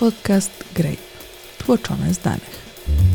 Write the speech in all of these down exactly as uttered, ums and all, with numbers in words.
Podcast Grape, tłoczone z danych.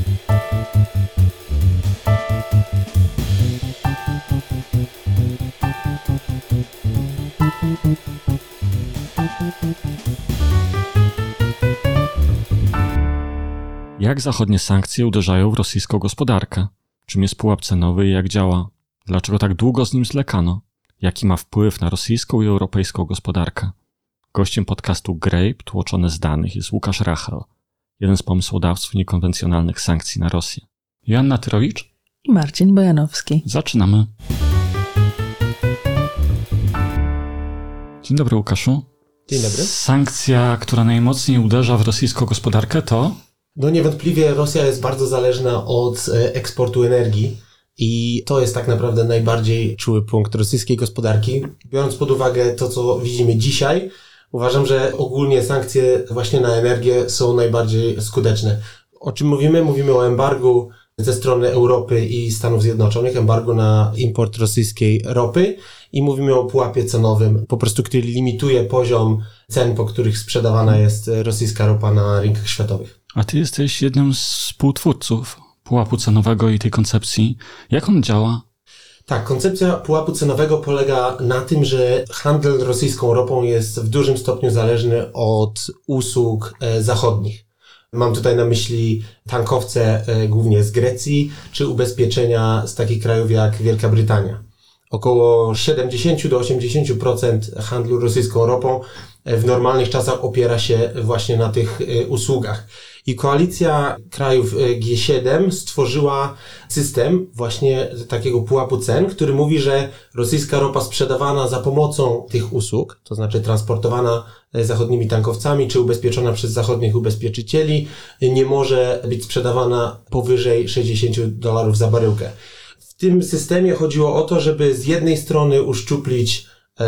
Jak zachodnie sankcje uderzają w rosyjską gospodarkę? Czym jest pułap cenowy i jak działa? Dlaczego tak długo z nim zwlekano? Jaki ma wpływ na rosyjską i europejską gospodarkę? Gościem podcastu Grape, tłoczone z danych, jest Łukasz Rachel, jeden z pomysłodawców niekonwencjonalnych sankcji na Rosję. Joanna Tyrowicz i Marcin Bojanowski. Zaczynamy. Dzień dobry, Łukaszu. Dzień dobry. Sankcja, która najmocniej uderza w rosyjską gospodarkę, to? No niewątpliwie Rosja jest bardzo zależna od eksportu energii i to jest tak naprawdę najbardziej czuły punkt rosyjskiej gospodarki. Biorąc pod uwagę to, co widzimy dzisiaj, uważam, że ogólnie sankcje właśnie na energię są najbardziej skuteczne. O czym mówimy? Mówimy o embargu ze strony Europy i Stanów Zjednoczonych, embargo na import rosyjskiej ropy i mówimy o pułapie cenowym, po prostu który limituje poziom cen, po których sprzedawana jest rosyjska ropa na rynkach światowych. A ty jesteś jednym z współtwórców pułapu cenowego i tej koncepcji. Jak on działa? Tak, koncepcja pułapu cenowego polega na tym, że handel rosyjską ropą jest w dużym stopniu zależny od usług e, zachodnich. Mam tutaj na myśli tankowce e, głównie z Grecji, czy ubezpieczenia z takich krajów jak Wielka Brytania. Około siedemdziesiąt do osiemdziesięciu procent handlu rosyjską ropą w normalnych czasach opiera się właśnie na tych e, usługach. I koalicja krajów G siedem stworzyła system właśnie takiego pułapu cen, który mówi, że rosyjska ropa sprzedawana za pomocą tych usług, to znaczy transportowana zachodnimi tankowcami czy ubezpieczona przez zachodnich ubezpieczycieli, nie może być sprzedawana powyżej sześćdziesiąt dolarów za baryłkę. W tym systemie chodziło o to, żeby z jednej strony uszczuplić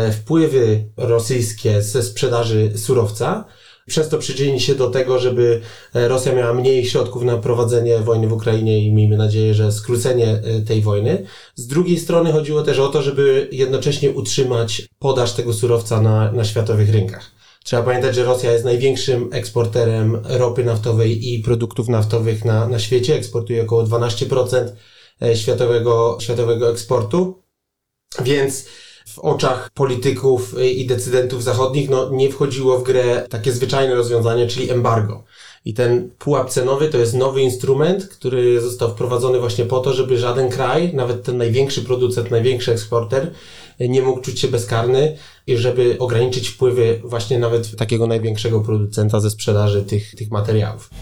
wpływy rosyjskie ze sprzedaży surowca, przez to przyczyni się do tego, żeby Rosja miała mniej środków na prowadzenie wojny w Ukrainie i miejmy nadzieję, że skrócenie tej wojny. Z drugiej strony chodziło też o to, żeby jednocześnie utrzymać podaż tego surowca na, na światowych rynkach. Trzeba pamiętać, że Rosja jest największym eksporterem ropy naftowej i produktów naftowych na, na świecie. Eksportuje około dwanaście procent światowego, światowego eksportu. Więc w oczach polityków i decydentów zachodnich no, nie wchodziło w grę takie zwyczajne rozwiązanie, czyli embargo. I ten pułap cenowy to jest nowy instrument, który został wprowadzony właśnie po to, żeby żaden kraj, nawet ten największy producent, największy eksporter, nie mógł czuć się bezkarny i żeby ograniczyć wpływy właśnie nawet takiego największego producenta ze sprzedaży tych, tych materiałów.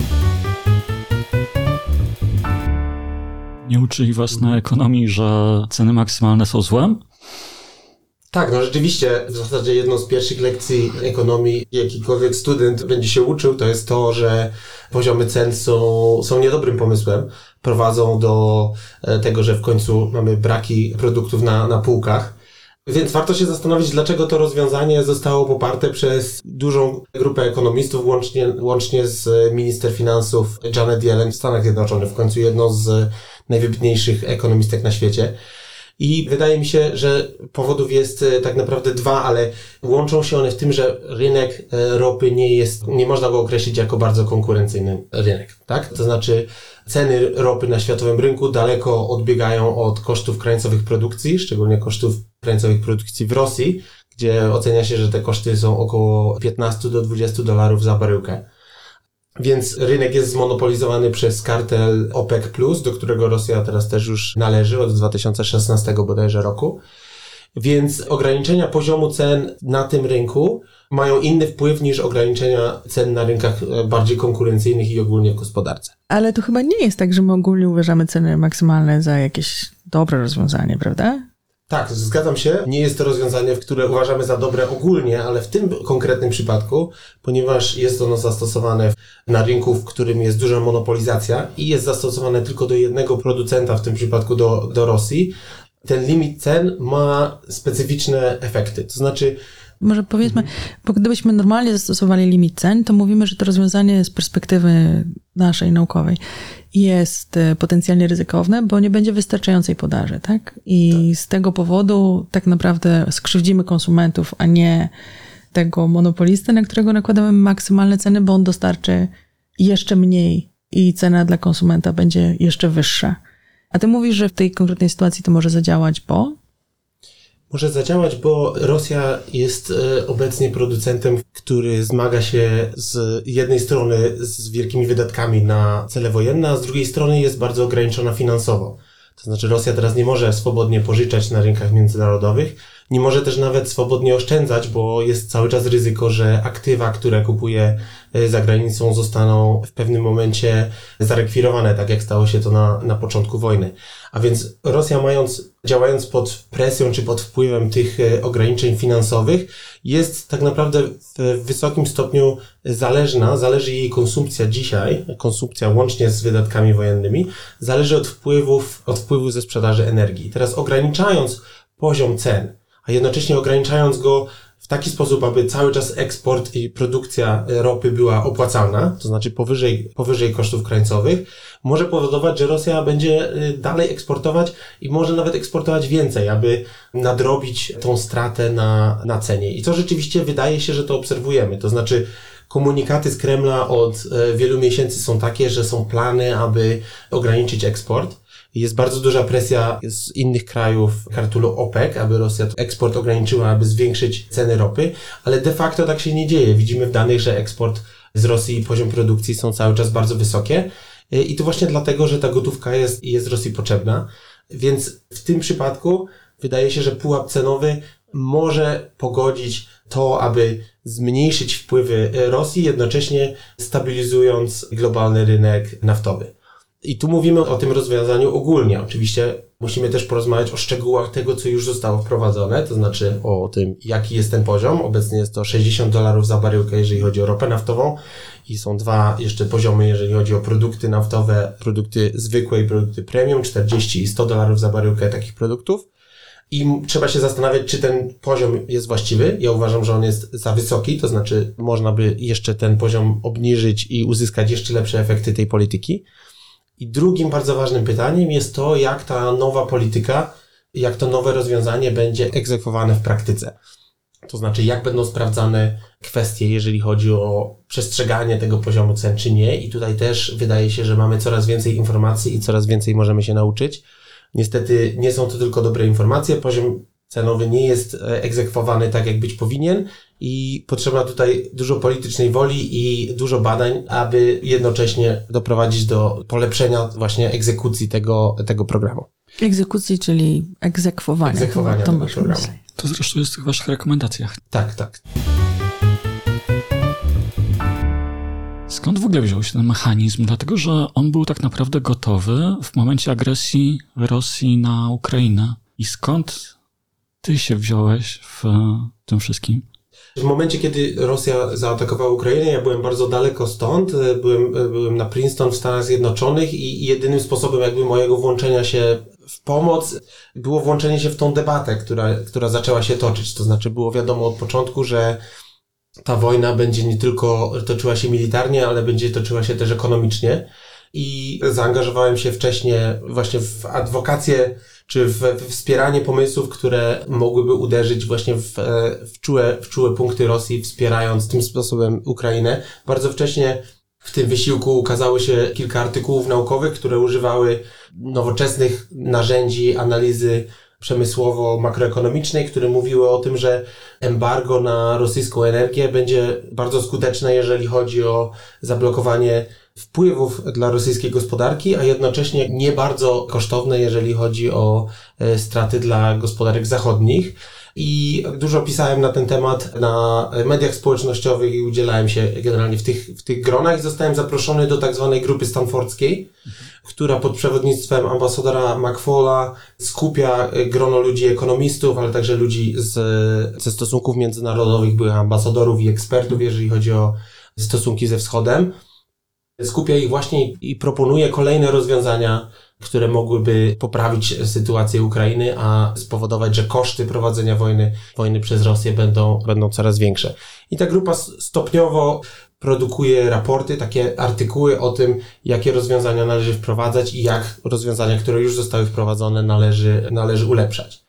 Nie uczyli was na ekonomii, że ceny maksymalne są złem? Tak, no rzeczywiście w zasadzie jedną z pierwszych lekcji ekonomii jakikolwiek student będzie się uczył, to jest to, że poziomy cen są, są niedobrym pomysłem. Prowadzą do tego, że w końcu mamy braki produktów na, na półkach. Więc warto się zastanowić, dlaczego to rozwiązanie zostało poparte przez dużą grupę ekonomistów, łącznie, łącznie z minister finansów Janet Yellen w Stanach Zjednoczonych, w końcu jedną z najwybitniejszych ekonomistek na świecie. I wydaje mi się, że powodów jest tak naprawdę dwa, ale łączą się one w tym, że rynek ropy nie jest, nie można go określić jako bardzo konkurencyjny rynek, tak? To znaczy ceny ropy na światowym rynku daleko odbiegają od kosztów krańcowych produkcji, szczególnie kosztów krańcowych produkcji w Rosji, gdzie ocenia się, że te koszty są około piętnaście do dwudziestu dolarów za baryłkę. Więc rynek jest zmonopolizowany przez kartel OPEC plus, do którego Rosja teraz też już należy od dwa tysiące szesnastego bodajże roku. Więc ograniczenia poziomu cen na tym rynku mają inny wpływ niż ograniczenia cen na rynkach bardziej konkurencyjnych i ogólnie w gospodarce. Ale to chyba nie jest tak, że my ogólnie uważamy ceny maksymalne za jakieś dobre rozwiązanie, prawda? Tak, zgadzam się. Nie jest to rozwiązanie, które uważamy za dobre ogólnie, ale w tym konkretnym przypadku, ponieważ jest ono zastosowane na rynku, w którym jest duża monopolizacja i jest zastosowane tylko do jednego producenta, w tym przypadku do, do Rosji, ten limit cen ma specyficzne efekty. To znaczy... Może powiedzmy, bo gdybyśmy normalnie zastosowali limit cen, to mówimy, że to rozwiązanie z perspektywy naszej naukowej jest potencjalnie ryzykowne, bo nie będzie wystarczającej podaży, tak? I tak. Z tego powodu tak naprawdę skrzywdzimy konsumentów, a nie tego monopolisty, na którego nakładamy maksymalne ceny, bo on dostarczy jeszcze mniej i cena dla konsumenta będzie jeszcze wyższa. A ty mówisz, że w tej konkretnej sytuacji to może zadziałać, bo? Może zadziałać, bo Rosja jest obecnie producentem, który zmaga się z jednej strony z wielkimi wydatkami na cele wojenne, a z drugiej strony jest bardzo ograniczona finansowo. To znaczy Rosja teraz nie może swobodnie pożyczać na rynkach międzynarodowych, nie może też nawet swobodnie oszczędzać, bo jest cały czas ryzyko, że aktywa, które kupuje za granicą, zostaną w pewnym momencie zarekwirowane, tak jak stało się to na, na początku wojny. A więc Rosja, mając, działając pod presją czy pod wpływem tych ograniczeń finansowych, jest tak naprawdę w wysokim stopniu zależna, zależy jej konsumpcja dzisiaj, konsumpcja łącznie z wydatkami wojennymi, zależy od wpływów, od wpływu ze sprzedaży energii. Teraz ograniczając poziom cen, a jednocześnie ograniczając go w taki sposób, aby cały czas eksport i produkcja ropy była opłacalna, to znaczy powyżej, powyżej kosztów krańcowych, może powodować, że Rosja będzie dalej eksportować i może nawet eksportować więcej, aby nadrobić tą stratę na, na cenie. I to rzeczywiście wydaje się, że to obserwujemy. To znaczy komunikaty z Kremla od wielu miesięcy są takie, że są plany, aby ograniczyć eksport. Jest bardzo duża presja z innych krajów kartelu OPEC, aby Rosja eksport ograniczyła, aby zwiększyć ceny ropy, ale de facto tak się nie dzieje. Widzimy w danych, że eksport z Rosji i poziom produkcji są cały czas bardzo wysokie i to właśnie dlatego, że ta gotówka jest, jest Rosji potrzebna. Więc w tym przypadku wydaje się, że pułap cenowy może pogodzić to, aby zmniejszyć wpływy Rosji, jednocześnie stabilizując globalny rynek naftowy. I tu mówimy o tym rozwiązaniu ogólnie. Oczywiście musimy też porozmawiać o szczegółach tego, co już zostało wprowadzone, to znaczy o tym, jaki jest ten poziom. Obecnie jest to sześćdziesiąt dolarów za baryłkę, jeżeli chodzi o ropę naftową i są dwa jeszcze poziomy, jeżeli chodzi o produkty naftowe, produkty zwykłe i produkty premium, czterdzieści i sto dolarów za baryłkę takich produktów. I trzeba się zastanawiać, czy ten poziom jest właściwy. Ja uważam, że on jest za wysoki, to znaczy można by jeszcze ten poziom obniżyć i uzyskać jeszcze lepsze efekty tej polityki. I drugim bardzo ważnym pytaniem jest to, jak ta nowa polityka, jak to nowe rozwiązanie będzie egzekwowane w praktyce. To znaczy, jak będą sprawdzane kwestie, jeżeli chodzi o przestrzeganie tego poziomu cen, czy nie. I tutaj też wydaje się, że mamy coraz więcej informacji i coraz więcej możemy się nauczyć. Niestety nie są to tylko dobre informacje. Poziom cenowy nie jest egzekwowany tak, jak być powinien i potrzeba tutaj dużo politycznej woli i dużo badań, aby jednocześnie doprowadzić do polepszenia właśnie egzekucji tego, tego programu. Egzekucji, czyli egzekwowania. Egzekwowania to tego programu. To zresztą jest w waszych rekomendacjach. Tak, tak. Skąd w ogóle wziął się ten mechanizm? Dlatego, że on był tak naprawdę gotowy w momencie agresji Rosji na Ukrainę. I skąd ty się wziąłeś w tym wszystkim? W momencie, kiedy Rosja zaatakowała Ukrainę, ja byłem bardzo daleko stąd, byłem, byłem na Princeton w Stanach Zjednoczonych i jedynym sposobem jakby mojego włączenia się w pomoc było włączenie się w tą debatę, która, która zaczęła się toczyć. To znaczy było wiadomo od początku, że ta wojna będzie nie tylko toczyła się militarnie, ale będzie toczyła się też ekonomicznie i zaangażowałem się wcześniej właśnie w adwokację czy w wspieranie pomysłów, które mogłyby uderzyć właśnie w, w, czułe, w czułe punkty Rosji, wspierając tym sposobem Ukrainę. Bardzo wcześnie w tym wysiłku ukazało się kilka artykułów naukowych, które używały nowoczesnych narzędzi analizy przemysłowo-makroekonomicznej, które mówiły o tym, że embargo na rosyjską energię będzie bardzo skuteczne, jeżeli chodzi o zablokowanie wpływów dla rosyjskiej gospodarki, a jednocześnie nie bardzo kosztowne, jeżeli chodzi o straty dla gospodarek zachodnich. I dużo pisałem na ten temat na mediach społecznościowych i udzielałem się generalnie w tych, w tych gronach i zostałem zaproszony do tak zwanej grupy stanfordzkiej, mhm. która pod przewodnictwem ambasadora McFalla skupia grono ludzi ekonomistów, ale także ludzi z, ze stosunków międzynarodowych, byłych ambasadorów i ekspertów, jeżeli chodzi o stosunki ze Wschodem. Skupia ich właśnie i proponuje kolejne rozwiązania, które mogłyby poprawić sytuację Ukrainy, a spowodować, że koszty prowadzenia wojny, wojny przez Rosję będą, będą coraz większe. I ta grupa stopniowo produkuje raporty, takie artykuły o tym, jakie rozwiązania należy wprowadzać i jak rozwiązania, które już zostały wprowadzone, należy, należy ulepszać.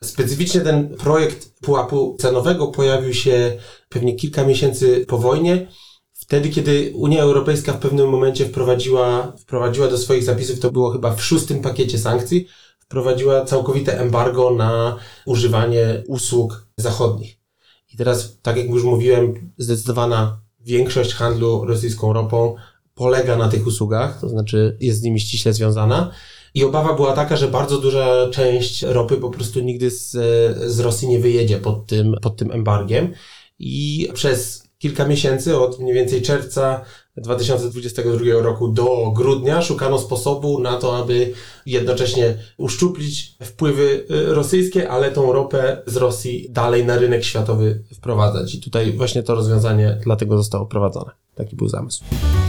Specyficznie ten projekt pułapu cenowego pojawił się pewnie kilka miesięcy po wojnie. Wtedy, kiedy Unia Europejska w pewnym momencie wprowadziła, wprowadziła do swoich zapisów, to było chyba w szóstym pakiecie sankcji, wprowadziła całkowite embargo na używanie usług zachodnich. I teraz, tak jak już mówiłem, zdecydowana większość handlu rosyjską ropą polega na tych usługach, to znaczy jest z nimi ściśle związana. I obawa była taka, że bardzo duża część ropy po prostu nigdy z, z Rosji nie wyjedzie pod tym, pod tym embargiem. I przez kilka miesięcy, od mniej więcej czerwca dwa tysiące dwudziestego drugiego roku do grudnia, szukano sposobu na to, aby jednocześnie uszczuplić wpływy rosyjskie, ale tą ropę z Rosji dalej na rynek światowy wprowadzać. I tutaj właśnie to rozwiązanie dlatego zostało wprowadzone. Taki był zamysł.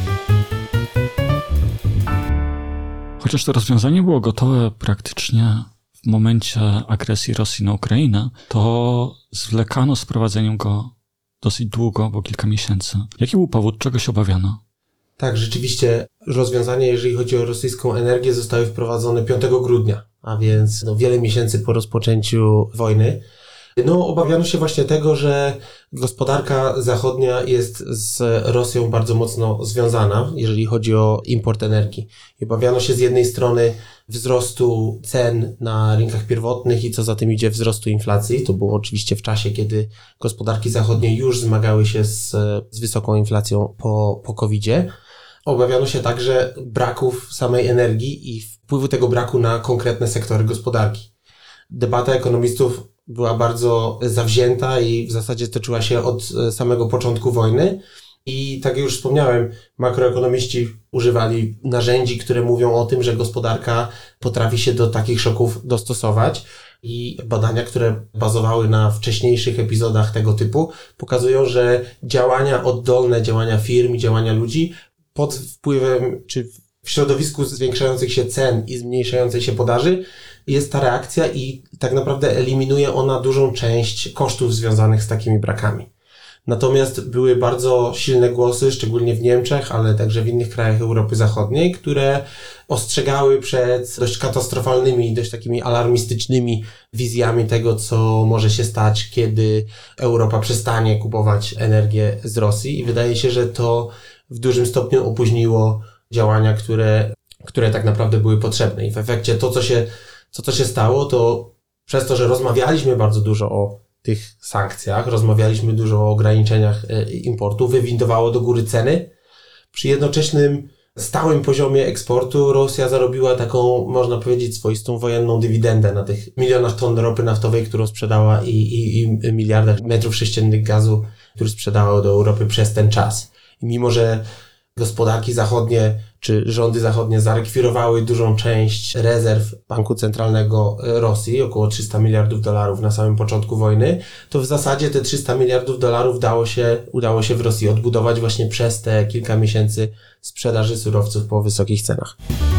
Chociaż to rozwiązanie było gotowe praktycznie w momencie agresji Rosji na Ukrainę, to zwlekano z wprowadzeniem go dosyć długo, bo kilka miesięcy. Jaki był powód, czego się obawiano? Tak, rzeczywiście rozwiązania, jeżeli chodzi o rosyjską energię, zostały wprowadzone piątego grudnia, a więc no, wiele miesięcy po rozpoczęciu wojny. No, obawiano się właśnie tego, że gospodarka zachodnia jest z Rosją bardzo mocno związana, jeżeli chodzi o import energii. I obawiano się z jednej strony wzrostu cen na rynkach pierwotnych i co za tym idzie wzrostu inflacji. To było oczywiście w czasie, kiedy gospodarki zachodnie już zmagały się z, z wysoką inflacją po, po kowidzie. Obawiano się także braków samej energii i wpływu tego braku na konkretne sektory gospodarki. Debata ekonomistów była bardzo zawzięta i w zasadzie toczyła się od samego początku wojny. I tak jak już wspomniałem, makroekonomiści używali narzędzi, które mówią o tym, że gospodarka potrafi się do takich szoków dostosować. I badania, które bazowały na wcześniejszych epizodach tego typu, pokazują, że działania oddolne, działania firm i działania ludzi pod wpływem, czy w środowisku zwiększających się cen i zmniejszającej się podaży, jest ta reakcja i tak naprawdę eliminuje ona dużą część kosztów związanych z takimi brakami. Natomiast były bardzo silne głosy, szczególnie w Niemczech, ale także w innych krajach Europy Zachodniej, które ostrzegały przed dość katastrofalnymi, dość takimi alarmistycznymi wizjami tego, co może się stać, kiedy Europa przestanie kupować energię z Rosji. I wydaje się, że to w dużym stopniu opóźniło działania, które, które tak naprawdę były potrzebne. I w efekcie to, co się, to, co się stało, to przez to, że rozmawialiśmy bardzo dużo o tych sankcjach, rozmawialiśmy dużo o ograniczeniach importu, wywindowało do góry ceny. Przy jednoczesnym stałym poziomie eksportu Rosja zarobiła taką, można powiedzieć, swoistą wojenną dywidendę na tych milionach ton ropy naftowej, którą sprzedała i, i, i miliardach metrów sześciennych gazu, który sprzedała do Europy przez ten czas. I mimo, że gospodarki zachodnie czy rządy zachodnie zarekwirowały dużą część rezerw Banku Centralnego Rosji, około trzysta miliardów dolarów na samym początku wojny, to w zasadzie te trzysta miliardów dolarów dało się, udało się w Rosji odbudować właśnie przez te kilka miesięcy sprzedaży surowców po wysokich cenach.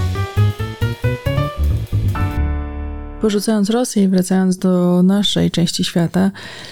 Porzucając Rosję i wracając do naszej części świata,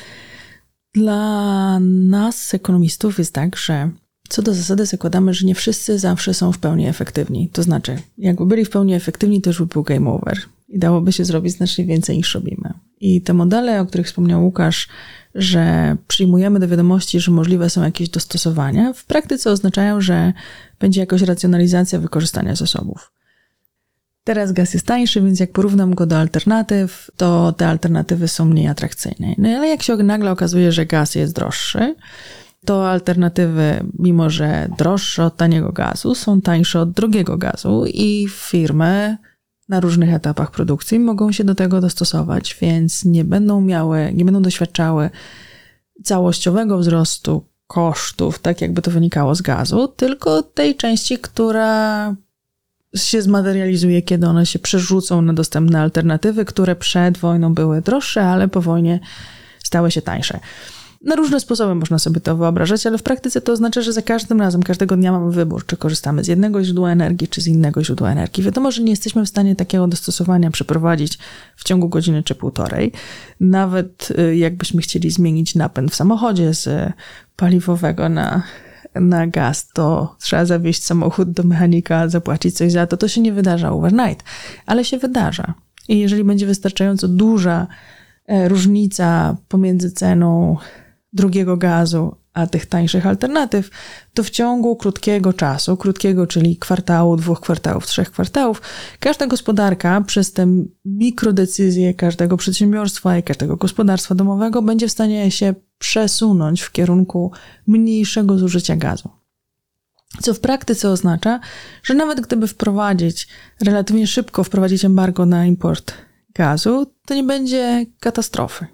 dla nas, ekonomistów, jest tak, że co do zasady zakładamy, że nie wszyscy zawsze są w pełni efektywni. To znaczy, jakby byli w pełni efektywni, to już by był game over. I dałoby się zrobić znacznie więcej niż robimy. I te modele, o których wspomniał Łukasz, że przyjmujemy do wiadomości, że możliwe są jakieś dostosowania, w praktyce oznaczają, że będzie jakaś racjonalizacja wykorzystania zasobów. Teraz gaz jest tańszy, więc jak porównam go do alternatyw, to te alternatywy są mniej atrakcyjne. No ale jak się nagle okazuje, że gaz jest droższy, to alternatywy, mimo że droższe od taniego gazu, są tańsze od drogiego gazu i firmy na różnych etapach produkcji mogą się do tego dostosować, więc nie będą miały, nie będą doświadczały całościowego wzrostu kosztów, tak jakby to wynikało z gazu, tylko tej części, która się zmaterializuje, kiedy one się przerzucą na dostępne alternatywy, które przed wojną były droższe, ale po wojnie stały się tańsze. Na różne sposoby można sobie to wyobrażać, ale w praktyce to oznacza, że za każdym razem, każdego dnia mamy wybór, czy korzystamy z jednego źródła energii, czy z innego źródła energii. Wiadomo, że nie jesteśmy w stanie takiego dostosowania przeprowadzić w ciągu godziny czy półtorej. Nawet jakbyśmy chcieli zmienić napęd w samochodzie z paliwowego na, na gaz, to trzeba zawieźć samochód do mechanika, zapłacić coś za to. To się nie wydarza overnight, ale się wydarza. I jeżeli będzie wystarczająco duża różnica pomiędzy ceną drugiego gazu a tych tańszych alternatyw, to w ciągu krótkiego czasu, krótkiego, czyli kwartału, dwóch kwartałów, trzech kwartałów, każda gospodarka przez te mikrodecyzje każdego przedsiębiorstwa i każdego gospodarstwa domowego będzie w stanie się przesunąć w kierunku mniejszego zużycia gazu. Co w praktyce oznacza, że nawet gdyby wprowadzić, relatywnie szybko wprowadzić embargo na import gazu, to nie będzie katastrofy.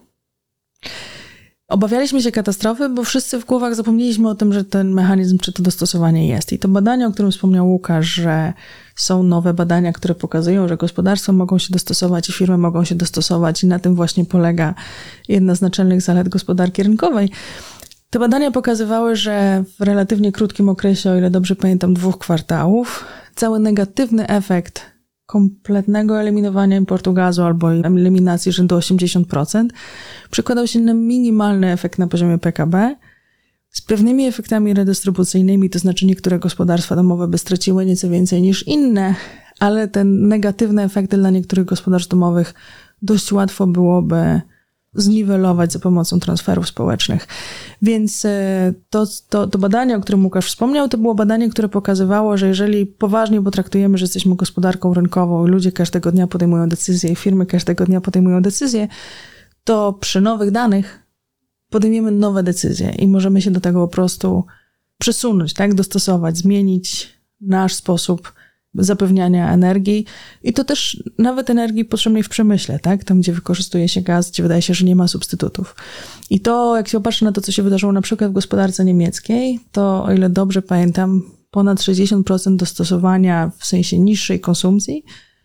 Obawialiśmy się katastrofy, bo wszyscy w głowach zapomnieliśmy o tym, że ten mechanizm czy to dostosowanie jest. I to badanie, o którym wspomniał Łukasz, że są nowe badania, które pokazują, że gospodarstwa mogą się dostosować i firmy mogą się dostosować i na tym właśnie polega jedna z naczelnych zalet gospodarki rynkowej. Te badania pokazywały, że w relatywnie krótkim okresie, o ile dobrze pamiętam, dwóch kwartałów, cały negatywny efekt kompletnego eliminowania importu gazu albo eliminacji rzędu osiemdziesiąt procent przekładał się na minimalny efekt na poziomie P K B z pewnymi efektami redystrybucyjnymi, to znaczy niektóre gospodarstwa domowe by straciły nieco więcej niż inne, ale te negatywne efekty dla niektórych gospodarstw domowych dość łatwo byłoby zniwelować za pomocą transferów społecznych. Więc to, to, to badanie, o którym Łukasz wspomniał, to było badanie, które pokazywało, że jeżeli poważnie potraktujemy, że jesteśmy gospodarką rynkową i ludzie każdego dnia podejmują decyzje i firmy każdego dnia podejmują decyzje, to przy nowych danych podejmiemy nowe decyzje i możemy się do tego po prostu przesunąć, tak, dostosować, zmienić nasz sposób zapewniania energii i to też nawet energii potrzebnej w przemyśle, tak? Tam, gdzie wykorzystuje się gaz, gdzie wydaje się, że nie ma substytutów. I to, jak się popatrzy na to, co się wydarzyło na przykład w gospodarce niemieckiej, to o ile dobrze pamiętam, ponad sześćdziesiąt procent dostosowania w sensie niższej konsumpcji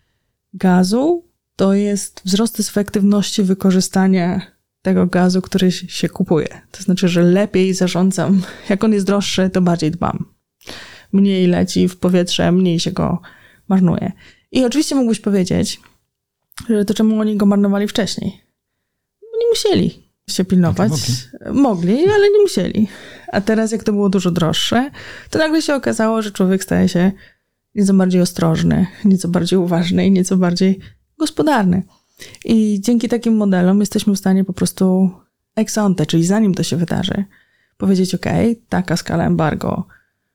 gazu to jest wzrost efektywności wykorzystania tego gazu, który się kupuje. To znaczy, że lepiej zarządzam. Jak on jest droższy, to bardziej dbam. Mniej leci w powietrze, mniej się go marnuje. I oczywiście mógłbyś powiedzieć, że to czemu oni go marnowali wcześniej? Bo nie musieli się pilnować. Mogli. mogli, ale nie musieli. A teraz, jak to było dużo droższe, to nagle się okazało, że człowiek staje się nieco bardziej ostrożny, nieco bardziej uważny i nieco bardziej gospodarny. I dzięki takim modelom jesteśmy w stanie po prostu ex ante, czyli zanim to się wydarzy, powiedzieć, ok, taka skala embargo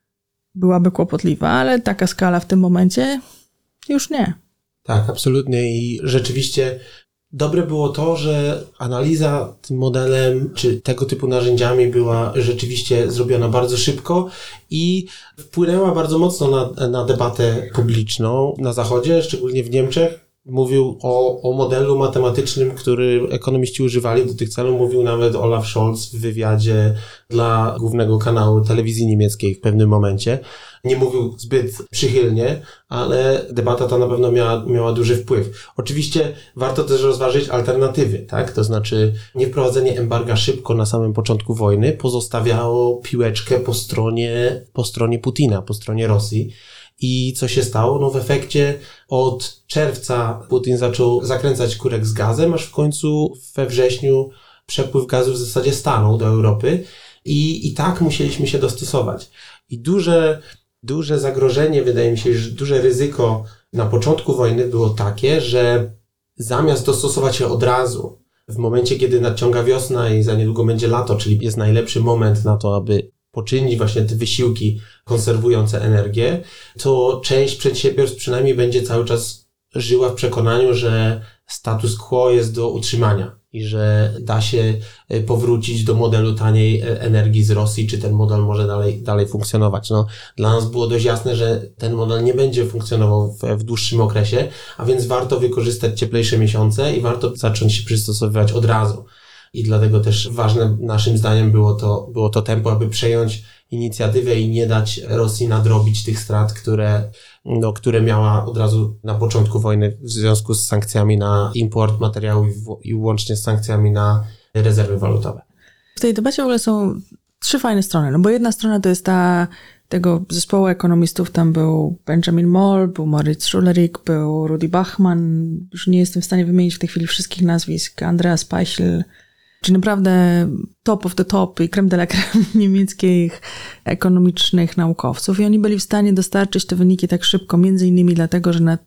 byłaby kłopotliwa, ale taka skala w tym momencie już nie. Tak, absolutnie i rzeczywiście dobre było to, że analiza tym modelem czy tego typu narzędziami była rzeczywiście zrobiona bardzo szybko i wpłynęła bardzo mocno na, na debatę publiczną na Zachodzie, szczególnie w Niemczech. Mówił o, o modelu matematycznym, który ekonomiści używali do tych celów. Mówił nawet Olaf Scholz w wywiadzie dla głównego kanału telewizji niemieckiej w pewnym momencie. Nie mówił zbyt przychylnie, ale debata ta na pewno miała, miała duży wpływ. Oczywiście warto też rozważyć alternatywy, tak? To znaczy nie wprowadzenie embarga szybko na samym początku wojny pozostawiało piłeczkę po stronie, po stronie Putina, po stronie Rosji. I co się stało? No w efekcie od czerwca Putin zaczął zakręcać kurek z gazem, aż w końcu we wrześniu przepływ gazu w zasadzie stanął do Europy i, i tak musieliśmy się dostosować. I duże, duże zagrożenie, wydaje mi się, że duże ryzyko na początku wojny było takie, że zamiast dostosować się od razu, w momencie, kiedy nadciąga wiosna i za niedługo będzie lato, czyli jest najlepszy moment na to, aby poczynić właśnie te wysiłki konserwujące energię, to część przedsiębiorstw przynajmniej będzie cały czas żyła w przekonaniu, że status quo jest do utrzymania i że da się powrócić do modelu taniej energii z Rosji, czy ten model może dalej, dalej funkcjonować. No, dla nas było dość jasne, że ten model nie będzie funkcjonował w, w dłuższym okresie, a więc warto wykorzystać cieplejsze miesiące i warto zacząć się przystosowywać od razu. I dlatego też ważne naszym zdaniem było to, było to tempo, aby przejąć inicjatywę i nie dać Rosji nadrobić tych strat, które, no, które miała od razu na początku wojny w związku z sankcjami na import materiałów i łącznie z sankcjami na rezerwy walutowe. W tej debacie w ogóle są trzy fajne strony, no bo jedna strona to jest ta tego zespołu ekonomistów, tam był Benjamin Moll, był Moritz Schullerich, był Rudi Bachmann, już nie jestem w stanie wymienić w tej chwili wszystkich nazwisk, Andreas Peichel, czyli naprawdę top of the top i creme de la creme niemieckich ekonomicznych naukowców i oni byli w stanie dostarczyć te wyniki tak szybko, między innymi dlatego, że na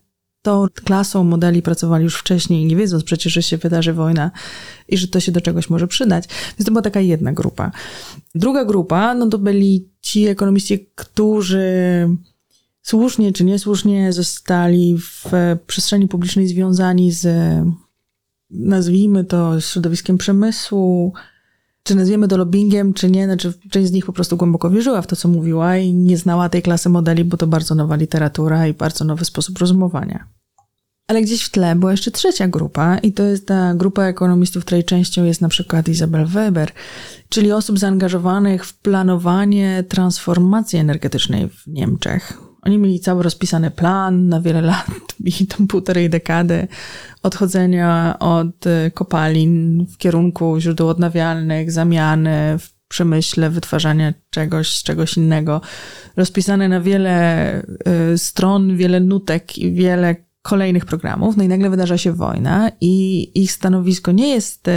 tą klasą modeli pracowali już wcześniej, nie wiedząc przecież, że się wydarzy wojna i że to się do czegoś może przydać. Więc to była taka jedna grupa. Druga grupa, no to byli ci ekonomiści, którzy słusznie czy niesłusznie zostali w przestrzeni publicznej związani z, nazwijmy to, środowiskiem przemysłu, czy nazwiemy to lobbyingiem, czy nie. Znaczy, część z nich po prostu głęboko wierzyła w to, co mówiła i nie znała tej klasy modeli, bo to bardzo nowa literatura i bardzo nowy sposób rozumowania. Ale gdzieś w tle była jeszcze trzecia grupa i to jest ta grupa ekonomistów, której częścią jest na przykład Isabel Weber, czyli osób zaangażowanych w planowanie transformacji energetycznej w Niemczech. Oni mieli cały rozpisany plan na wiele lat i tam półtorej dekady odchodzenia od kopalin w kierunku źródeł odnawialnych, zamiany w przemyśle, wytwarzania czegoś z czegoś innego. Rozpisane na wiele y, stron, wiele nutek i wiele kolejnych programów. No i nagle wydarza się wojna i ich stanowisko nie jest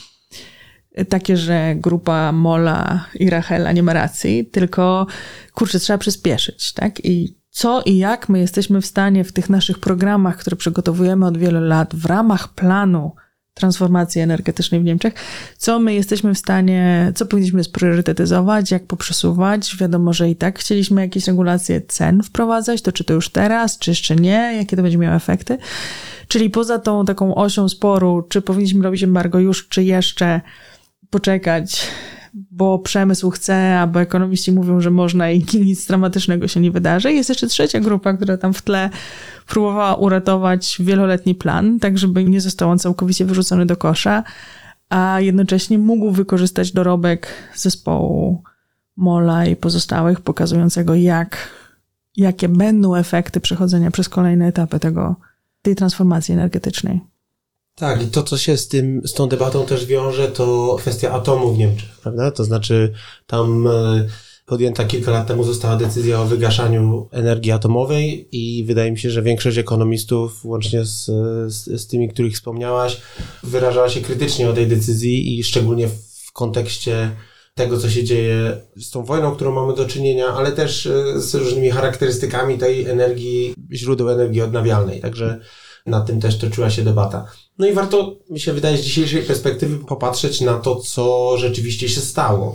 y, takie, że grupa Molla i Rachela nie ma racji, tylko kurczę, trzeba przyspieszyć, tak? I co i jak my jesteśmy w stanie w tych naszych programach, które przygotowujemy od wielu lat w ramach planu transformacji energetycznej w Niemczech, co my jesteśmy w stanie, co powinniśmy spriorytetyzować, jak poprzesuwać. Wiadomo, że i tak chcieliśmy jakieś regulacje cen wprowadzać, to czy to już teraz, czy jeszcze nie, jakie to będzie miało efekty. Czyli poza tą taką osią sporu, czy powinniśmy robić embargo już, czy jeszcze poczekać, bo przemysł chce, albo ekonomiści mówią, że można i nic dramatycznego się nie wydarzy. Jest jeszcze trzecia grupa, która tam w tle próbowała uratować wieloletni plan, tak żeby nie został on całkowicie wyrzucony do kosza, a jednocześnie mógł wykorzystać dorobek zespołu Molla i pozostałych, pokazującego jak, jakie będą efekty przechodzenia przez kolejne etapy tego, tej transformacji energetycznej. Tak, i to, co się z tym, z tą debatą też wiąże, to kwestia atomu w Niemczech, prawda? To znaczy, tam podjęta kilka lat temu została decyzja o wygaszaniu energii atomowej i wydaje mi się, że większość ekonomistów, łącznie z, z, z tymi, których wspomniałaś, wyrażała się krytycznie o tej decyzji i szczególnie w kontekście tego, co się dzieje z tą wojną, którą mamy do czynienia, ale też z różnymi charakterystykami tej energii, źródeł energii odnawialnej. Także nad tym też toczyła się debata. No i warto, mi się wydaje, z dzisiejszej perspektywy popatrzeć na to, co rzeczywiście się stało.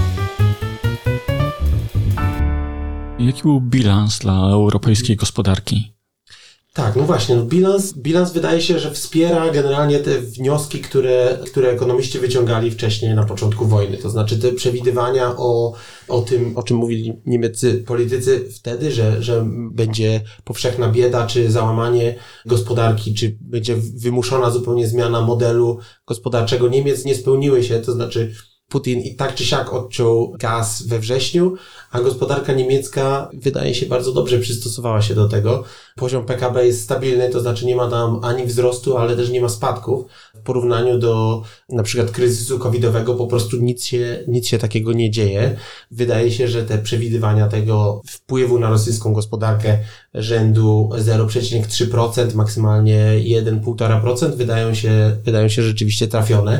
Jaki był bilans dla europejskiej gospodarki? Tak, no właśnie, no bilans, bilans wydaje się, że wspiera generalnie te wnioski, które, które ekonomiści wyciągali wcześniej na początku wojny. To znaczy te przewidywania o, o tym, o czym mówili niemieccy politycy wtedy, że, że będzie powszechna bieda, czy załamanie gospodarki, czy będzie wymuszona zupełnie zmiana modelu gospodarczego Niemiec, nie spełniły się. To znaczy Putin i tak czy siak odciął gaz we wrześniu, a gospodarka niemiecka wydaje się bardzo dobrze przystosowała się do tego. Poziom P K B jest stabilny, to znaczy nie ma tam ani wzrostu, ale też nie ma spadków. W porównaniu do na przykład kryzysu covidowego po prostu nic się, nic się takiego nie dzieje. Wydaje się, że te przewidywania tego wpływu na rosyjską gospodarkę rzędu zero przecinek trzy procent, maksymalnie jeden do półtora procent wydają się, wydają się rzeczywiście trafione.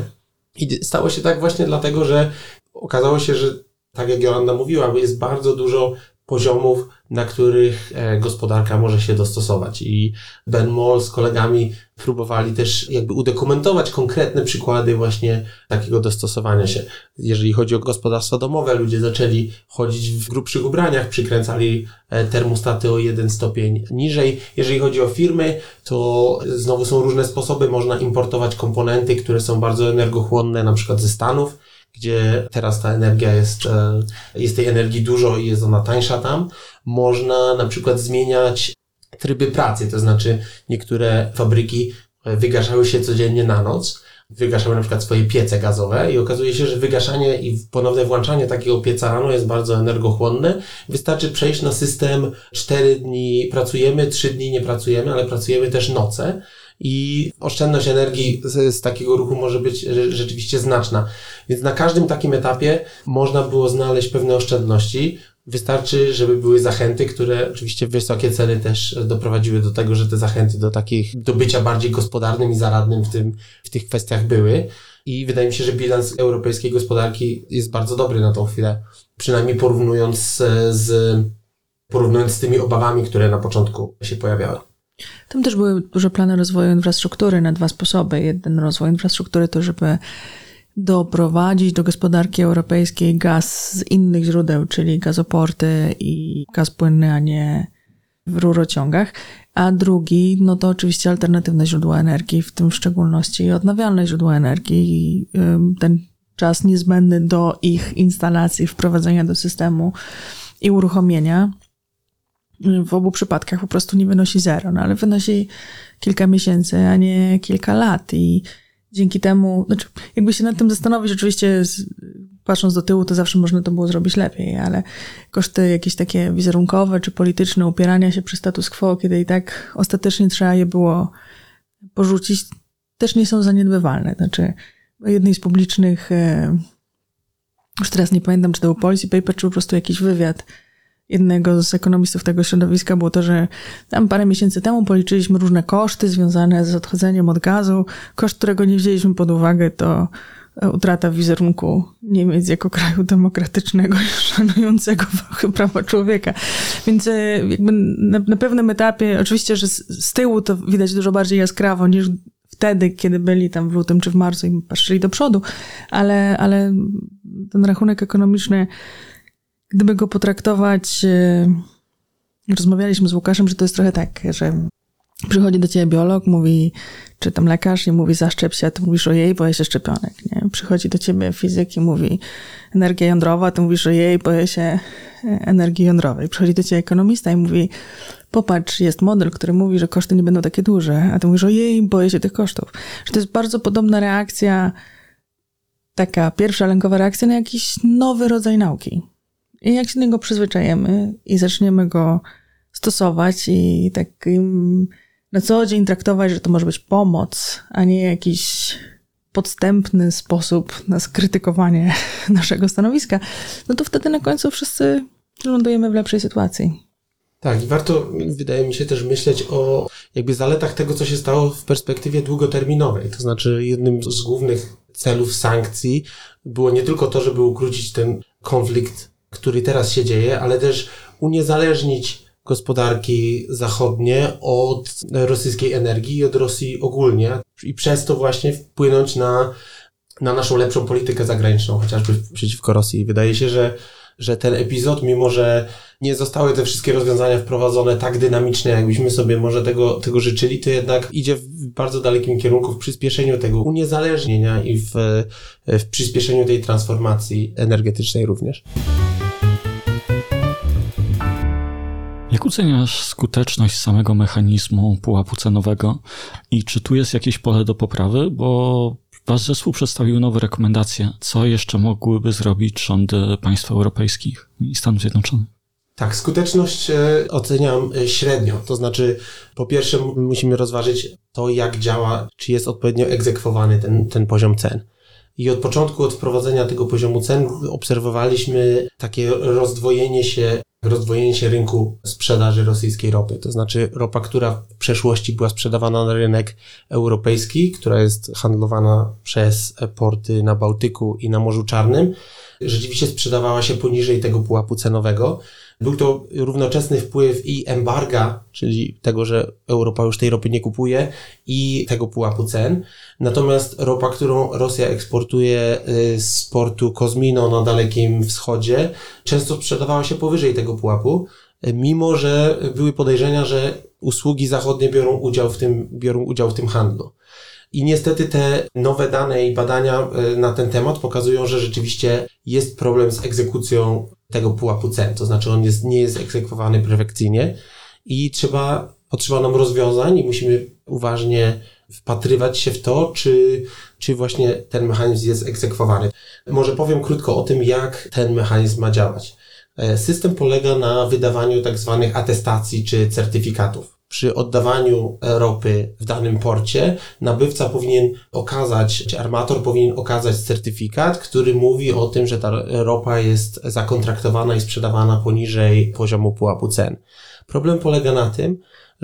I stało się tak właśnie dlatego, że okazało się, że tak jak Jolanda mówiła, jest bardzo dużo poziomów, na których gospodarka może się dostosować. I Ben Moll z kolegami próbowali też jakby udokumentować konkretne przykłady właśnie takiego dostosowania się. Jeżeli chodzi o gospodarstwa domowe, ludzie zaczęli chodzić w grubszych ubraniach, przykręcali termostaty o jeden stopień niżej. Jeżeli chodzi o firmy, to znowu są różne sposoby. Można importować komponenty, które są bardzo energochłonne, na przykład ze Stanów, gdzie teraz ta energia jest, jest tej energii dużo i jest ona tańsza tam. Można na przykład zmieniać tryby pracy, to znaczy niektóre fabryki wygaszały się codziennie na noc, wygaszały na przykład swoje piece gazowe i okazuje się, że wygaszanie i ponowne włączanie takiego pieca rano jest bardzo energochłonne. Wystarczy przejść na system cztery dni pracujemy, trzy dni nie pracujemy, ale pracujemy też noce. I oszczędność energii z, z takiego ruchu może być rzeczywiście znaczna. Więc na każdym takim etapie można było znaleźć pewne oszczędności. Wystarczy, żeby były zachęty, które oczywiście wysokie ceny też doprowadziły do tego, że te zachęty do takich, do bycia bardziej gospodarnym i zaradnym w tym, w tych kwestiach były. I wydaje mi się, że bilans europejskiej gospodarki jest bardzo dobry na tą chwilę. Przynajmniej porównując z, porównując z tymi obawami, które na początku się pojawiały. Tam też były duże plany rozwoju infrastruktury na dwa sposoby. Jeden rozwój infrastruktury to, żeby doprowadzić do gospodarki europejskiej gaz z innych źródeł, czyli gazoporty i gaz płynny, a nie w rurociągach. A drugi, no to oczywiście alternatywne źródła energii, w tym w szczególności odnawialne źródła energii i ten czas niezbędny do ich instalacji, wprowadzenia do systemu i uruchomienia w obu przypadkach po prostu nie wynosi zero, no ale wynosi kilka miesięcy, a nie kilka lat i dzięki temu, znaczy jakby się nad tym zastanowić, oczywiście patrząc do tyłu, to zawsze można to było zrobić lepiej, ale koszty jakieś takie wizerunkowe czy polityczne upierania się przy status quo, kiedy i tak ostatecznie trzeba je było porzucić, też nie są zaniedbywalne. Znaczy jednej z publicznych, już teraz nie pamiętam, czy to był policy paper, czy po prostu jakiś wywiad jednego z ekonomistów tego środowiska było to, że tam parę miesięcy temu policzyliśmy różne koszty związane z odchodzeniem od gazu. Koszt, którego nie wzięliśmy pod uwagę, to utrata wizerunku Niemiec jako kraju demokratycznego i szanującego prawa człowieka. Więc jakby na, na pewnym etapie, oczywiście, że z, z tyłu to widać dużo bardziej jaskrawo niż wtedy, kiedy byli tam w lutym czy w marcu i patrzyli do przodu, ale, ale ten rachunek ekonomiczny, gdyby go potraktować, rozmawialiśmy z Łukaszem, że to jest trochę tak, że przychodzi do ciebie biolog, mówi, czy tam lekarz i mówi zaszczep się, a ty mówisz ojej, boję się szczepionek, nie? Przychodzi do ciebie fizyk i mówi energia jądrowa, a ty mówisz ojej, boję się energii jądrowej. Przychodzi do ciebie ekonomista i mówi popatrz, jest model, który mówi, że koszty nie będą takie duże, a ty mówisz ojej, boję się tych kosztów. Że to jest bardzo podobna reakcja, taka pierwsza lękowa reakcja na jakiś nowy rodzaj nauki. I jak się do niego przyzwyczajemy i zaczniemy go stosować i tak na co dzień traktować, że to może być pomoc, a nie jakiś podstępny sposób na skrytykowanie naszego stanowiska, no to wtedy na końcu wszyscy lądujemy w lepszej sytuacji. Tak, i warto, wydaje mi się, też myśleć o jakby zaletach tego, co się stało w perspektywie długoterminowej. To znaczy jednym z głównych celów sankcji było nie tylko to, żeby ukrócić ten konflikt, który teraz się dzieje, ale też uniezależnić gospodarki zachodnie od rosyjskiej energii i od Rosji ogólnie i przez to właśnie wpłynąć na, na naszą lepszą politykę zagraniczną, chociażby przeciwko Rosji. Wydaje się, że, że ten epizod, mimo że nie zostały te wszystkie rozwiązania wprowadzone tak dynamicznie, jakbyśmy sobie może tego, tego życzyli, to jednak idzie w bardzo dalekim kierunku w przyspieszeniu tego uniezależnienia i w, w przyspieszeniu tej transformacji energetycznej również. Jak oceniasz skuteczność samego mechanizmu pułapu cenowego i czy tu jest jakieś pole do poprawy? Bo wasz zespół przedstawił nowe rekomendacje. Co jeszcze mogłyby zrobić rządy państw europejskich i Stanów Zjednoczonych? Tak, skuteczność oceniam średnio. To znaczy, po pierwsze musimy rozważyć to, jak działa, czy jest odpowiednio egzekwowany ten, ten poziom cen. I od początku, od wprowadzenia tego poziomu cen obserwowaliśmy takie rozdwojenie się, rozdwojenie się rynku sprzedaży rosyjskiej ropy. To znaczy ropa, która w przeszłości była sprzedawana na rynek europejski, która jest handlowana przez porty na Bałtyku i na Morzu Czarnym, rzeczywiście sprzedawała się poniżej tego pułapu cenowego. Był to równoczesny wpływ i embarga, czyli tego, że Europa już tej ropy nie kupuje, i tego pułapu cen. Natomiast ropa, którą Rosja eksportuje z portu Kozmino na Dalekim Wschodzie, często sprzedawała się powyżej tego pułapu, mimo że były podejrzenia, że usługi zachodnie biorą udział w tym, biorą udział w tym handlu. I niestety te nowe dane i badania na ten temat pokazują, że rzeczywiście jest problem z egzekucją tego pułapu cen. To znaczy on jest, nie jest egzekwowany perfekcyjnie i trzeba, potrzeba nam rozwiązań i musimy uważnie wpatrywać się w to, czy, czy właśnie ten mechanizm jest egzekwowany. Może powiem krótko o tym, jak ten mechanizm ma działać. System polega na wydawaniu tak zwanych atestacji czy certyfikatów. Przy oddawaniu ropy w danym porcie nabywca powinien okazać, czy armator powinien okazać certyfikat, który mówi o tym, że ta ropa jest zakontraktowana i sprzedawana poniżej poziomu pułapu cen. Problem polega na tym,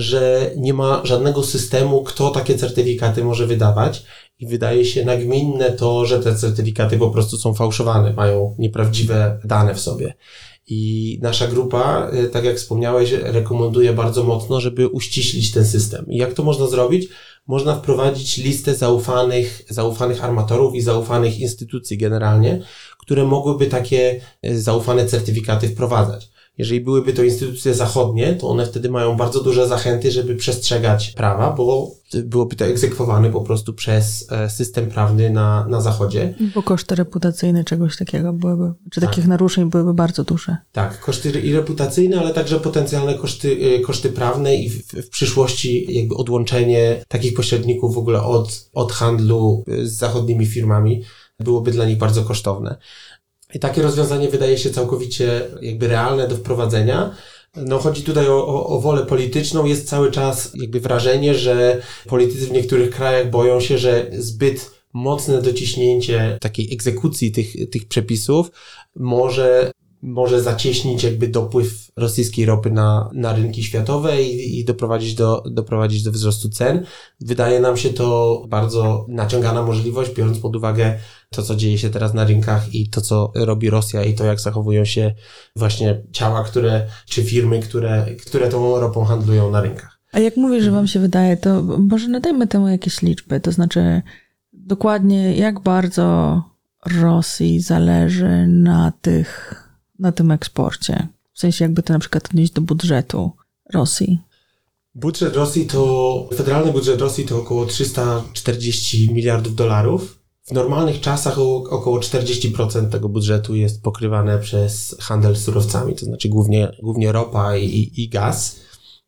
że nie ma żadnego systemu, kto takie certyfikaty może wydawać i wydaje się nagminne to, że te certyfikaty po prostu są fałszowane, mają nieprawdziwe dane w sobie. I nasza grupa, tak jak wspomniałeś, rekomenduje bardzo mocno, żeby uściślić ten system. I jak to można zrobić? Można wprowadzić listę zaufanych, zaufanych armatorów i zaufanych instytucji generalnie, które mogłyby takie zaufane certyfikaty wprowadzać. Jeżeli byłyby to instytucje zachodnie, to one wtedy mają bardzo duże zachęty, żeby przestrzegać prawa, bo byłoby to egzekwowane po prostu przez system prawny na, na zachodzie. Bo koszty reputacyjne czegoś takiego byłyby, czy takich tak. naruszeń byłyby bardzo duże. Tak, koszty i reputacyjne, ale także potencjalne koszty, koszty prawne i w, w przyszłości jakby odłączenie takich pośredników w ogóle od, od handlu z zachodnimi firmami byłoby dla nich bardzo kosztowne. I takie rozwiązanie wydaje się całkowicie jakby realne do wprowadzenia. No chodzi tutaj o, o, o wolę polityczną. Jest cały czas jakby wrażenie, że politycy w niektórych krajach boją się, że zbyt mocne dociśnięcie takiej egzekucji tych, tych przepisów może, może zacieśnić jakby dopływ rosyjskiej ropy na, na rynki światowe i, i doprowadzić do, doprowadzić do wzrostu cen. Wydaje nam się to bardzo naciągana możliwość, biorąc pod uwagę to, co dzieje się teraz na rynkach i to, co robi Rosja i to, jak zachowują się właśnie ciała, które, czy firmy, które, które tą ropą handlują na rynkach. A jak mówisz, że wam się wydaje, to może nadajmy temu jakieś liczby, to znaczy dokładnie jak bardzo Rosji zależy na tych, na tym eksporcie? W sensie jakby to na przykład odnieść do budżetu Rosji. Budżet Rosji to, federalny budżet Rosji to około trzysta czterdzieści miliardów dolarów. W normalnych czasach około czterdzieści procent tego budżetu jest pokrywane przez handel surowcami, to znaczy głównie, głównie ropa i, i gaz.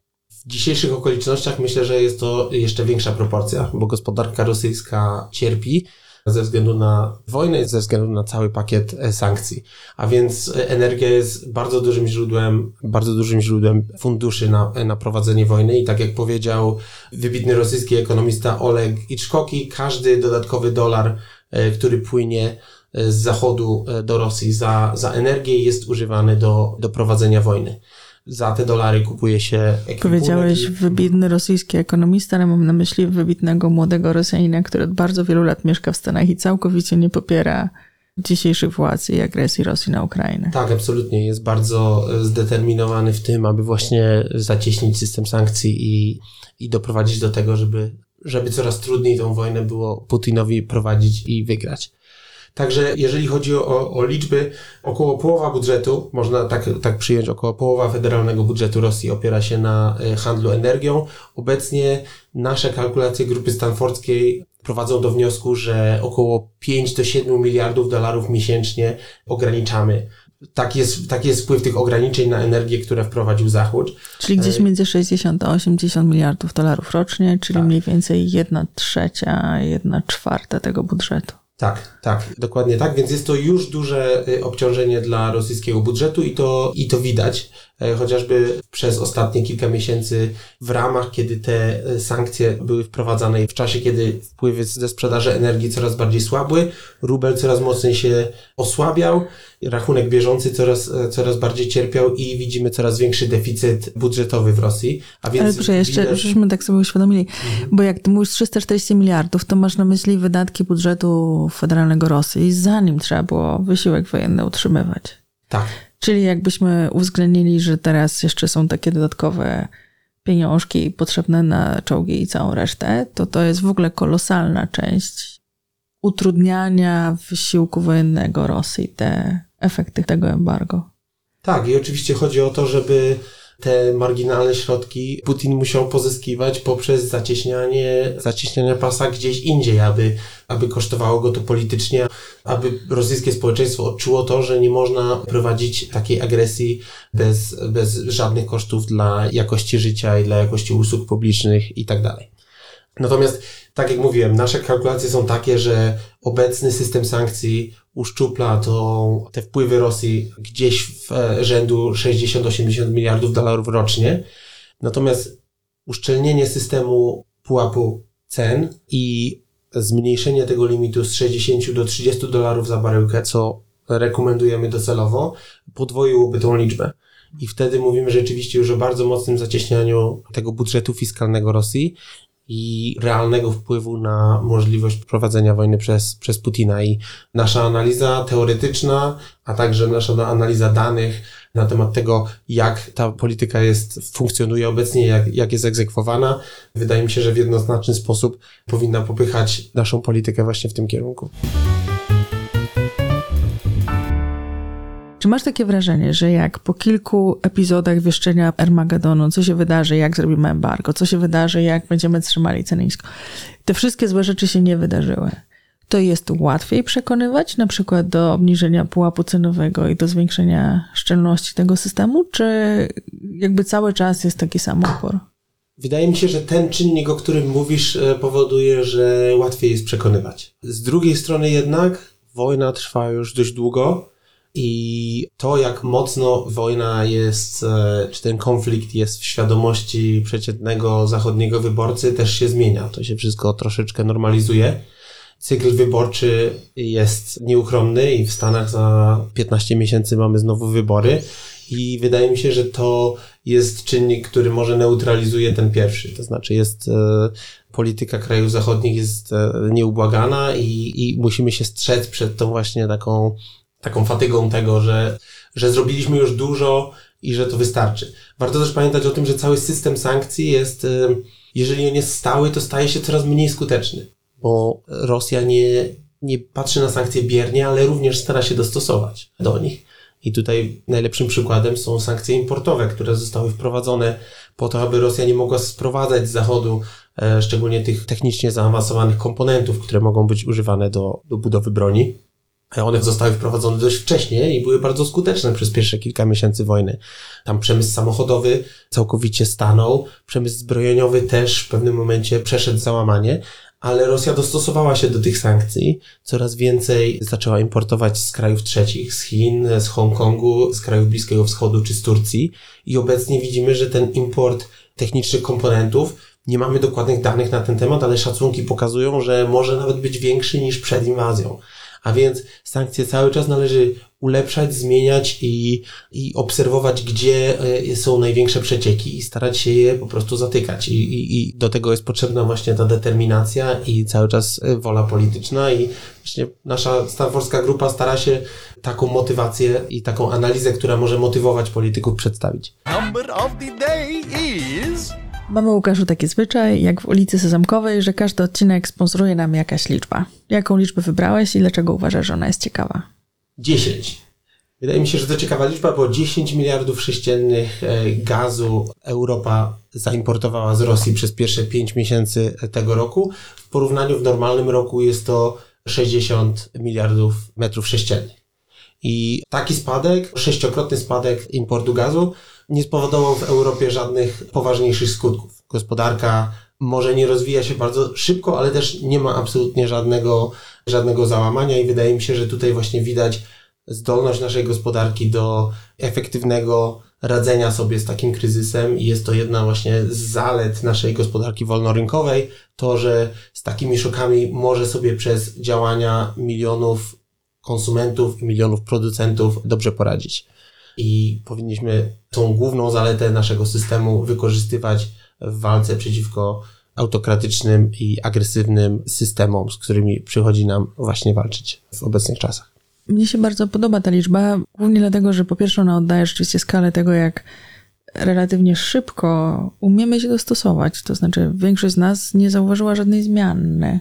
W dzisiejszych okolicznościach myślę, że jest to jeszcze większa proporcja, bo gospodarka rosyjska cierpi ze względu na wojnę, ze względu na cały pakiet sankcji. A więc energia jest bardzo dużym źródłem, bardzo dużym źródłem funduszy na, na prowadzenie wojny i tak jak powiedział wybitny rosyjski ekonomista Oleg Iczkoki, każdy dodatkowy dolar, który płynie z zachodu do Rosji za, za energię jest używany do, do prowadzenia wojny. Za te dolary kupuje się ekwipunek. Powiedziałeś wybitny rosyjski ekonomista, ale mam na myśli wybitnego młodego Rosjanina, który od bardzo wielu lat mieszka w Stanach i całkowicie nie popiera dzisiejszych władz i agresji Rosji na Ukrainę. Tak, absolutnie. Jest bardzo zdeterminowany w tym, aby właśnie zacieśnić system sankcji i, i doprowadzić do tego, żeby, żeby coraz trudniej tą wojnę było Putinowi prowadzić i wygrać. Także jeżeli chodzi o, o liczby, około połowa budżetu, można tak, tak przyjąć, około połowa federalnego budżetu Rosji opiera się na handlu energią. Obecnie nasze kalkulacje grupy stanfordzkiej prowadzą do wniosku, że około pięć do siedmiu miliardów dolarów miesięcznie ograniczamy. Tak jest, tak jest wpływ tych ograniczeń na energię, które wprowadził Zachód. Czyli gdzieś między sześćdziesiąt a osiemdziesiąt miliardów dolarów rocznie, czyli tak. mniej więcej jedna trzecia, jedna czwarta tego budżetu. Tak, tak, dokładnie tak, więc jest to już duże obciążenie dla rosyjskiego budżetu i to, i to widać, chociażby przez ostatnie kilka miesięcy w ramach, kiedy te sankcje były wprowadzane i w czasie, kiedy wpływy ze sprzedaży energii coraz bardziej słabły, rubel coraz mocniej się osłabiał, rachunek bieżący coraz, coraz bardziej cierpiał i widzimy coraz większy deficyt budżetowy w Rosji. A więc Ale proszę, jeszcze, widać... żebyśmy tak sobie uświadomili, mhm. bo jak ty mówisz trzysta czterdzieści miliardów, to masz na myśli wydatki budżetu federalnego Rosji, zanim trzeba było wysiłek wojenny utrzymywać. Tak. Czyli jakbyśmy uwzględnili, że teraz jeszcze są takie dodatkowe pieniążki potrzebne na czołgi i całą resztę, to to jest w ogóle kolosalna część utrudniania wysiłku wojennego Rosji, te efekty tego embargo. Tak, i oczywiście chodzi o to, żeby te marginalne środki Putin musiał pozyskiwać poprzez zacieśnianie, zacieśnianie pasa gdzieś indziej, aby, aby kosztowało go to politycznie, aby rosyjskie społeczeństwo odczuło to, że nie można prowadzić takiej agresji bez, bez żadnych kosztów dla jakości życia i dla jakości usług publicznych i tak dalej. Natomiast, tak jak mówiłem, nasze kalkulacje są takie, że obecny system sankcji uszczupla to te wpływy Rosji gdzieś w rzędu sześćdziesiąt do osiemdziesięciu miliardów dolarów rocznie. Natomiast uszczelnienie systemu pułapu cen i zmniejszenie tego limitu z sześćdziesięciu do trzydziestu dolarów za baryłkę, co rekomendujemy docelowo, podwoiłoby tą liczbę. I wtedy mówimy rzeczywiście już o bardzo mocnym zacieśnianiu tego budżetu fiskalnego Rosji. i realnego wpływu na możliwość prowadzenia wojny przez, przez Putina. I nasza analiza teoretyczna, a także nasza analiza danych na temat tego, jak ta polityka jest, funkcjonuje obecnie, jak, jak jest egzekwowana, wydaje mi się, że w jednoznaczny sposób powinna popychać naszą politykę właśnie w tym kierunku. Czy masz takie wrażenie, że jak po kilku epizodach wieszczenia Armagedonu, co się wydarzy, jak zrobimy embargo, co się wydarzy, jak będziemy trzymali ceny nisko, te wszystkie złe rzeczy się nie wydarzyły, to jest łatwiej przekonywać na przykład do obniżenia pułapu cenowego i do zwiększenia szczelności tego systemu, czy jakby cały czas jest taki sam opór? Wydaje mi się, że ten czynnik, o którym mówisz, powoduje, że łatwiej jest przekonywać. Z drugiej strony jednak wojna trwa już dość długo i to, jak mocno wojna jest, czy ten konflikt jest w świadomości przeciętnego zachodniego wyborcy, też się zmienia. To się wszystko troszeczkę normalizuje. Cykl wyborczy jest nieuchronny i w Stanach za piętnaście miesięcy mamy znowu wybory i wydaje mi się, że to jest czynnik, który może neutralizuje ten pierwszy. To znaczy jest e, polityka krajów zachodnich jest e, nieubłagana i, i musimy się strzec przed tą właśnie taką, taką fatygą tego, że, że zrobiliśmy już dużo i że to wystarczy. Warto też pamiętać o tym, że cały system sankcji jest, e, jeżeli on jest stały, to staje się coraz mniej skuteczny. Bo Rosja nie, nie patrzy na sankcje biernie, ale również stara się dostosować do nich. I tutaj najlepszym przykładem są sankcje importowe, które zostały wprowadzone po to, aby Rosja nie mogła sprowadzać z Zachodu e, szczególnie tych technicznie zaawansowanych komponentów, które mogą być używane do, do budowy broni. One zostały wprowadzone dość wcześnie i były bardzo skuteczne przez pierwsze kilka miesięcy wojny. Tam przemysł samochodowy całkowicie stanął, przemysł zbrojeniowy też w pewnym momencie przeszedł załamanie, ale Rosja dostosowała się do tych sankcji. Coraz więcej zaczęła importować z krajów trzecich, z Chin, z Hongkongu, z krajów Bliskiego Wschodu czy z Turcji. I obecnie widzimy, że ten import technicznych komponentów, nie mamy dokładnych danych na ten temat, ale szacunki pokazują, że może nawet być większy niż przed inwazją. A więc sankcje cały czas należy ulepszać, zmieniać i, i obserwować, gdzie są największe przecieki i starać się je po prostu zatykać. I, i, i do tego jest potrzebna właśnie ta determinacja i cały czas wola polityczna i właśnie nasza stanfordska grupa stara się taką motywację i taką analizę, która może motywować polityków, przedstawić. Number of the day is... Mamy, Łukaszu, taki zwyczaj, jak w ulicy Sezamkowej, że każdy odcinek sponsoruje nam jakaś liczba. Jaką liczbę wybrałeś i dlaczego uważasz, że ona jest ciekawa? dziesięć. Wydaje mi się, że to ciekawa liczba, bo dziesięć miliardów sześciennych gazu Europa zaimportowała z Rosji przez pierwsze pięć miesięcy tego roku. W porównaniu w normalnym roku jest to sześćdziesiąt miliardów metrów sześciennych. I taki spadek, sześciokrotny spadek importu gazu nie spowodował w Europie żadnych poważniejszych skutków. Gospodarka może nie rozwija się bardzo szybko, ale też nie ma absolutnie żadnego, żadnego załamania i wydaje mi się, że tutaj właśnie widać zdolność naszej gospodarki do efektywnego radzenia sobie z takim kryzysem i jest to jedna właśnie z zalet naszej gospodarki wolnorynkowej, to, że z takimi szokami może sobie przez działania milionów konsumentów i milionów producentów dobrze poradzić. I powinniśmy tą główną zaletę naszego systemu wykorzystywać w walce przeciwko autokratycznym i agresywnym systemom, z którymi przychodzi nam właśnie walczyć w obecnych czasach. Mnie się bardzo podoba ta liczba, głównie dlatego, że po pierwsze ona oddaje rzeczywiście skalę tego, jak relatywnie szybko umiemy się dostosować. To znaczy większość z nas nie zauważyła żadnej zmiany,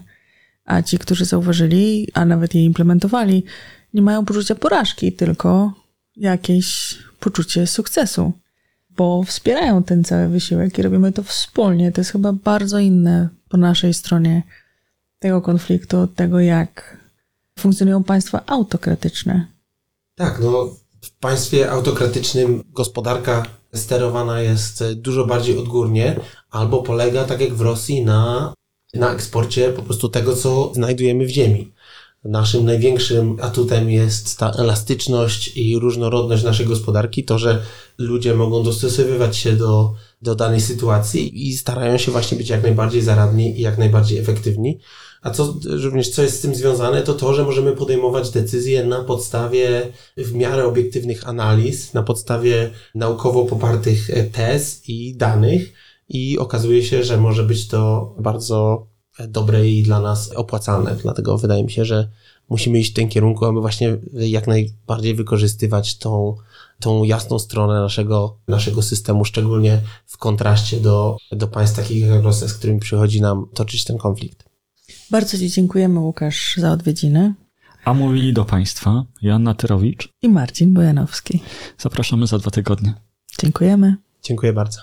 a ci, którzy zauważyli, a nawet je implementowali, nie mają poczucia porażki, tylko jakieś poczucie sukcesu, bo wspierają ten cały wysiłek i robimy to wspólnie. To jest chyba bardzo inne po naszej stronie tego konfliktu, od tego, jak funkcjonują państwa autokratyczne. Tak, no w państwie autokratycznym gospodarka sterowana jest dużo bardziej odgórnie, albo polega, tak jak w Rosji, na, na eksporcie po prostu tego, co znajdujemy w ziemi. Naszym największym atutem jest ta elastyczność i różnorodność naszej gospodarki, to, że ludzie mogą dostosowywać się do, do danej sytuacji i starają się właśnie być jak najbardziej zaradni i jak najbardziej efektywni. A co również co jest z tym związane, to to, że możemy podejmować decyzje na podstawie w miarę obiektywnych analiz, na podstawie naukowo popartych tez i danych i okazuje się, że może być to bardzo dobre i dla nas opłacalne. Dlatego wydaje mi się, że musimy iść w tym kierunku, aby właśnie jak najbardziej wykorzystywać tą, tą jasną stronę naszego, naszego systemu, szczególnie w kontraście do, do państw takich jak Rosja, z którymi przychodzi nam toczyć ten konflikt. Bardzo Ci dziękujemy, Łukasz, za odwiedziny. A mówili do Państwa Joanna Tyrowicz I Marcin Bojanowski. Zapraszamy za dwa tygodnie. Dziękujemy. Dziękuję bardzo.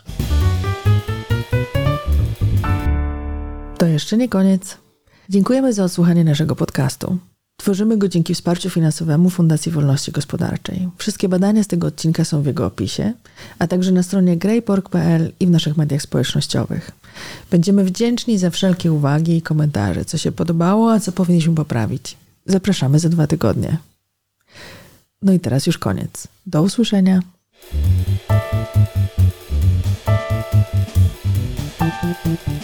To jeszcze nie koniec. Dziękujemy za odsłuchanie naszego podcastu. Tworzymy go dzięki wsparciu finansowemu Fundacji Wolności Gospodarczej. Wszystkie badania z tego odcinka są w jego opisie, a także na stronie greypork kropka p l i w naszych mediach społecznościowych. Będziemy wdzięczni za wszelkie uwagi i komentarze, co się podobało, a co powinniśmy poprawić. Zapraszamy za dwa tygodnie. No i teraz już koniec. Do usłyszenia. Thank you.